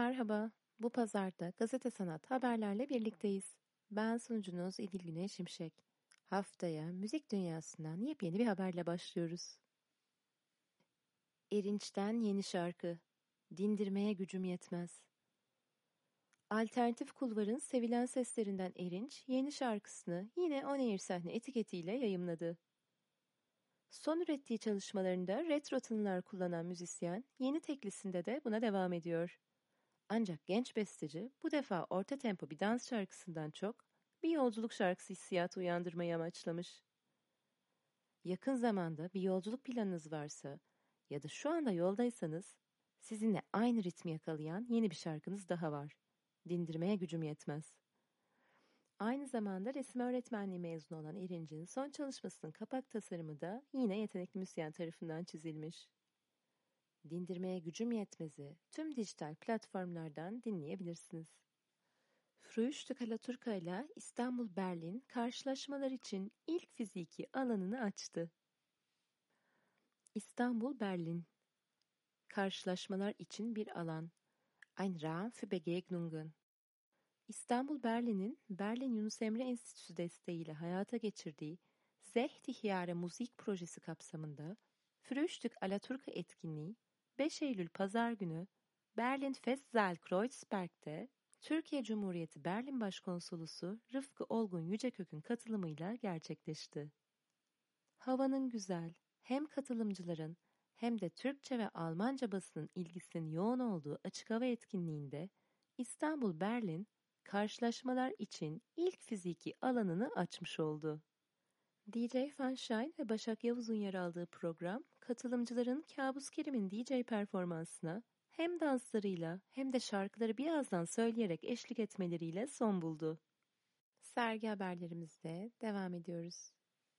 Merhaba. Bu pazarda Gazete Sanat haberlerle birlikteyiz. Ben sunucunuz İdil Güney Şimşek. Haftaya müzik dünyasından yepyeni bir haberle başlıyoruz. Erinç'ten yeni şarkı. Dindirmeye gücüm yetmez. Alternatif Kulvar'ın sevilen seslerinden Erinç, yeni şarkısını yine On Air sahne etiketiyle yayımladı. Son ürettiği çalışmalarında retro tınılar kullanan müzisyen, yeni teklisinde de buna devam ediyor. Ancak genç besteci bu defa orta tempo bir dans şarkısından çok bir yolculuk şarkısı hissiyatı uyandırmayı amaçlamış. Yakın zamanda bir yolculuk planınız varsa ya da şu anda yoldaysanız sizinle aynı ritmi yakalayan yeni bir şarkınız daha var. Dindirmeye gücüm yetmez. Aynı zamanda resim öğretmenliği mezunu olan Erinç'in son çalışmasının kapak tasarımı da yine yetenekli müzisyen tarafından çizilmiş. Dindirmeye gücüm yetmez'i tüm dijital platformlardan dinleyebilirsiniz. Frühstück Alaturka ile İstanbul-Berlin karşılaşmalar için ilk fiziki alanını açtı. İstanbul-Berlin karşılaşmalar için bir alan. Ein Raum für Begegnungen. İstanbul-Berlin'in Berlin Yunus Emre Enstitüsü desteğiyle hayata geçirdiği Zehti Musik projesi kapsamında Frühstück Alaturka etkinliği 5 Eylül Pazar günü Berlin Festsaal Kreuzberg'de Türkiye Cumhuriyeti Berlin Başkonsolosu Rıfkı Olgun Yücekök'ün katılımıyla gerçekleşti. Havanın güzel, hem katılımcıların hem de Türkçe ve Almanca basının ilgisinin yoğun olduğu açık hava etkinliğinde İstanbul-Berlin karşılaşmalar için ilk fiziki alanını açmış oldu. DJ Funshine ve Başak Yavuz'un yer aldığı program, katılımcıların Kabus Kerim'in DJ performansına hem danslarıyla hem de şarkıları birazdan söyleyerek eşlik etmeleriyle son buldu. Sergi haberlerimizle devam ediyoruz.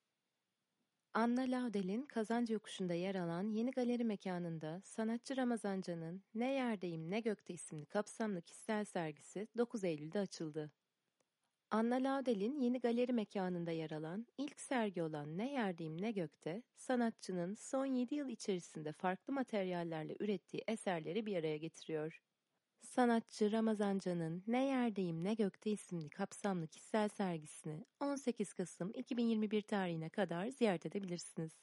Anna Laudel'in Kazancı Yokuşu'nda yer alan yeni galeri mekanında sanatçı Ramazan Can'ın Ne Yerdeyim Ne Gökte isimli kapsamlı kişisel sergisi 9 Eylül'de açıldı. Anna Laudel'in yeni galeri mekanında yer alan ilk sergi olan Ne Yerdeyim Ne Gökte, sanatçının son 7 yıl içerisinde farklı materyallerle ürettiği eserleri bir araya getiriyor. Sanatçı Ramazan Can'ın Ne Yerdeyim Ne Gökte isimli kapsamlı kişisel sergisini 18 Kasım 2021 tarihine kadar ziyaret edebilirsiniz.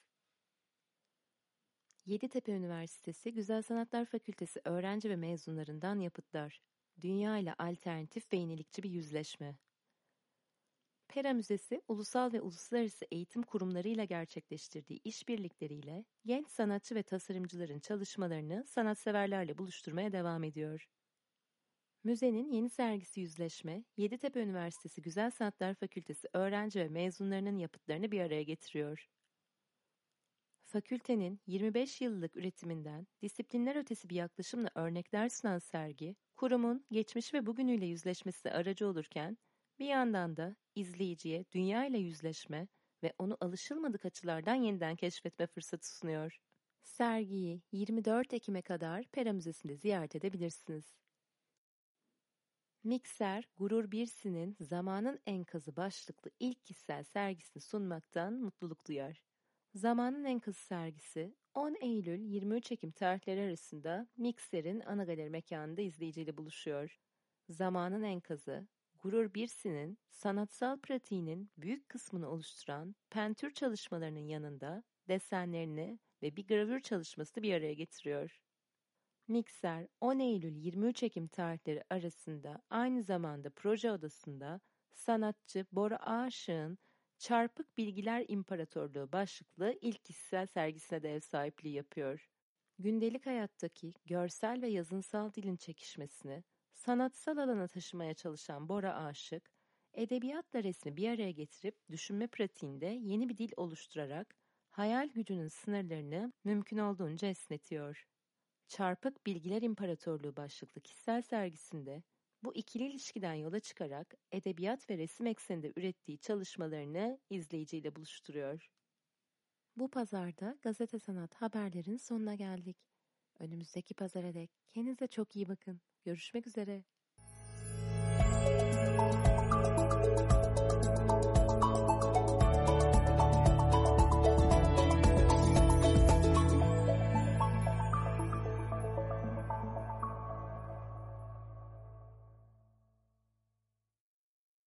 Yeditepe Üniversitesi Güzel Sanatlar Fakültesi öğrenci ve mezunlarından yapıtlar. Dünya ile alternatif ve yenilikçi bir yüzleşme. Pera Müzesi, ulusal ve uluslararası eğitim kurumlarıyla gerçekleştirdiği işbirlikleriyle genç sanatçı ve tasarımcıların çalışmalarını sanatseverlerle buluşturmaya devam ediyor. Müzenin yeni sergisi Yüzleşme, Yeditepe Üniversitesi Güzel Sanatlar Fakültesi öğrenci ve mezunlarının yapıtlarını bir araya getiriyor. Fakültenin 25 yıllık üretiminden disiplinler ötesi bir yaklaşımla örnekler sunan sergi, kurumun geçmiş ve bugünüyle yüzleşmesi aracı olurken, bir yandan da izleyiciye dünya ile yüzleşme ve onu alışılmadık açılardan yeniden keşfetme fırsatı sunuyor. Sergiyi 24 Ekim'e kadar Pera Müzesi'nde ziyaret edebilirsiniz. Mikser, Gurur Birsin'in Zamanın Enkazı başlıklı ilk kişisel sergisini sunmaktan mutluluk duyar. Zamanın Enkazı sergisi 10 Eylül-23 Ekim tarihleri arasında Mikser'in ana galeri mekanında izleyiciyle buluşuyor. Zamanın Enkazı, Gurur Birsin'in sanatsal pratiğinin büyük kısmını oluşturan pentür çalışmalarının yanında desenlerini ve bir gravür çalışması bir araya getiriyor. Mikser 10 Eylül-23 Ekim tarihleri arasında aynı zamanda proje odasında sanatçı Bora Aşık'ın Çarpık Bilgiler İmparatorluğu başlıklı ilk kişisel sergisine de ev sahipliği yapıyor. Gündelik hayattaki görsel ve yazınsal dilin çekişmesini sanatsal alana taşımaya çalışan Bora Aşık, edebiyatla resmi bir araya getirip düşünme pratiğinde yeni bir dil oluşturarak hayal gücünün sınırlarını mümkün olduğunca esnetiyor. Çarpık Bilgiler İmparatorluğu başlıklı kişisel sergisinde bu ikili ilişkiden yola çıkarak edebiyat ve resim ekseninde ürettiği çalışmalarını izleyiciyle buluşturuyor. Bu pazarda Gazete Sanat haberlerin sonuna geldik. Önümüzdeki pazara dek kendinize çok iyi bakın. Görüşmek üzere.